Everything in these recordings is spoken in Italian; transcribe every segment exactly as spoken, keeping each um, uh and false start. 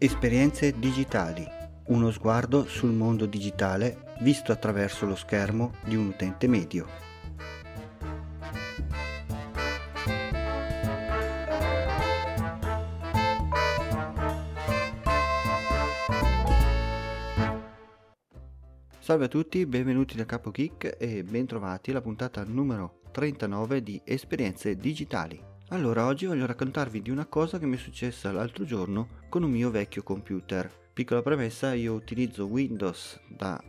Esperienze digitali, uno sguardo sul mondo digitale visto attraverso lo schermo di un utente medio. Salve a tutti, benvenuti da Capo Geek e bentrovati alla puntata numero trentanove di Esperienze digitali. Allora, oggi voglio raccontarvi di una cosa che mi è successa l'altro giorno con un mio vecchio computer. Piccola premessa, io utilizzo Windows da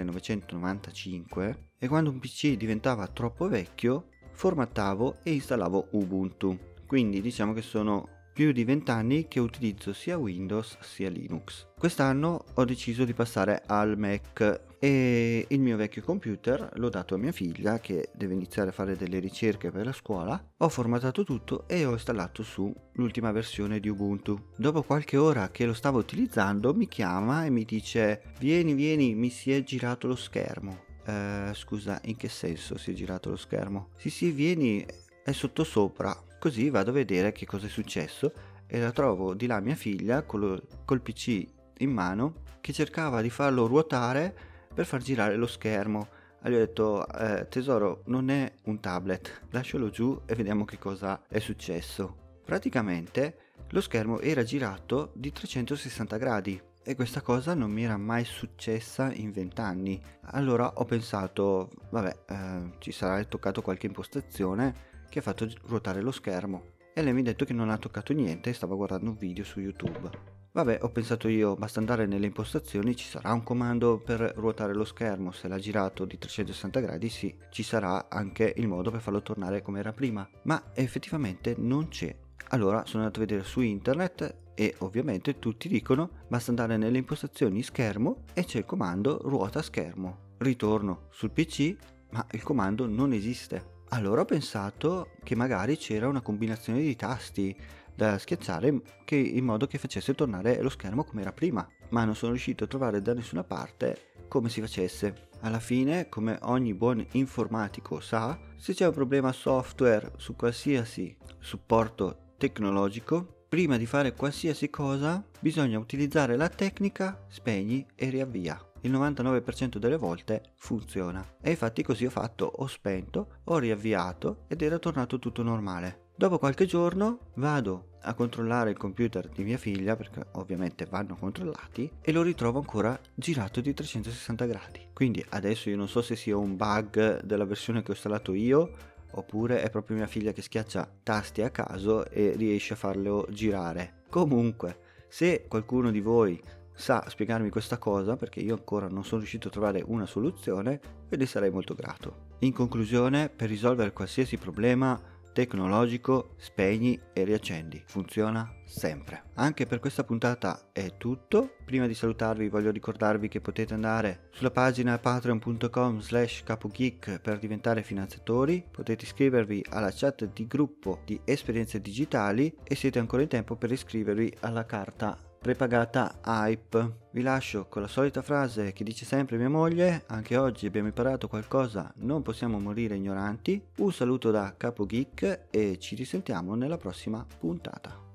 millenovecentonovantacinque e quando un P C diventava troppo vecchio formattavo e installavo Ubuntu. Quindi diciamo che sono più di vent'anni che utilizzo sia Windows sia Linux. Quest'anno ho deciso di passare al Mac e il mio vecchio computer l'ho dato a mia figlia che deve iniziare a fare delle ricerche per la scuola. Ho formattato tutto e ho installato su l'ultima versione di Ubuntu. Dopo qualche ora che lo stavo utilizzando mi chiama e mi dice: vieni vieni, mi si è girato lo schermo. Uh, scusa, in che senso si è girato lo schermo? Sì sì, vieni, è sottosopra. Così vado a vedere che cosa è successo e la trovo di là mia figlia col, col P C in mano che cercava di farlo ruotare per far girare lo schermo. Allora ho detto eh, tesoro, non è un tablet, lascialo giù e vediamo che cosa è successo. Praticamente lo schermo era girato di trecentosessanta gradi e questa cosa non mi era mai successa in vent'anni. Allora ho pensato, vabbè, eh, ci sarà toccato qualche impostazione che ha fatto ruotare lo schermo, e lei mi ha detto che non ha toccato niente e stava guardando un video su YouTube. Vabbè, ho pensato io, basta andare nelle impostazioni, ci sarà un comando per ruotare lo schermo. Se l'ha girato di trecentosessanta gradi, sì, ci sarà anche il modo per farlo tornare come era prima, ma effettivamente non c'è. Allora sono andato a vedere su internet e ovviamente tutti dicono basta andare nelle impostazioni schermo e c'è il comando ruota schermo. Ritorno sul P C, ma il comando non esiste. Allora ho pensato che magari c'era una combinazione di tasti da schiacciare che, in modo che facesse tornare lo schermo come era prima, ma non sono riuscito a trovare da nessuna parte come si facesse. Alla fine, come ogni buon informatico sa, se c'è un problema software su qualsiasi supporto tecnologico, prima di fare qualsiasi cosa bisogna utilizzare la tecnica spegni e riavvia. Il novantanove per cento delle volte funziona e infatti così ho fatto, ho spento, ho riavviato ed era tornato tutto normale. Dopo qualche giorno vado a controllare il computer di mia figlia, perché ovviamente vanno controllati, e lo ritrovo ancora girato di trecentosessanta gradi. Quindi adesso io non so se sia un bug della versione che ho installato io oppure è proprio mia figlia che schiaccia tasti a caso e riesce a farlo girare. Comunque, se qualcuno di voi sa spiegarmi questa cosa, perché io ancora non sono riuscito a trovare una soluzione, ve ne sarei molto grato. In conclusione, per risolvere qualsiasi problema tecnologico, spegni e riaccendi. Funziona sempre. Anche per questa puntata è tutto. Prima di salutarvi voglio ricordarvi che potete andare sulla pagina patreon punto com slash capogeek per diventare finanziatori, potete iscrivervi alla chat di gruppo di Esperienze Digitali e siete ancora in tempo per iscrivervi alla carta prepagata Hype. Vi lascio con la solita frase che dice sempre mia moglie: anche oggi abbiamo imparato qualcosa, non possiamo morire ignoranti. Un saluto da Capo Geek e ci risentiamo nella prossima puntata.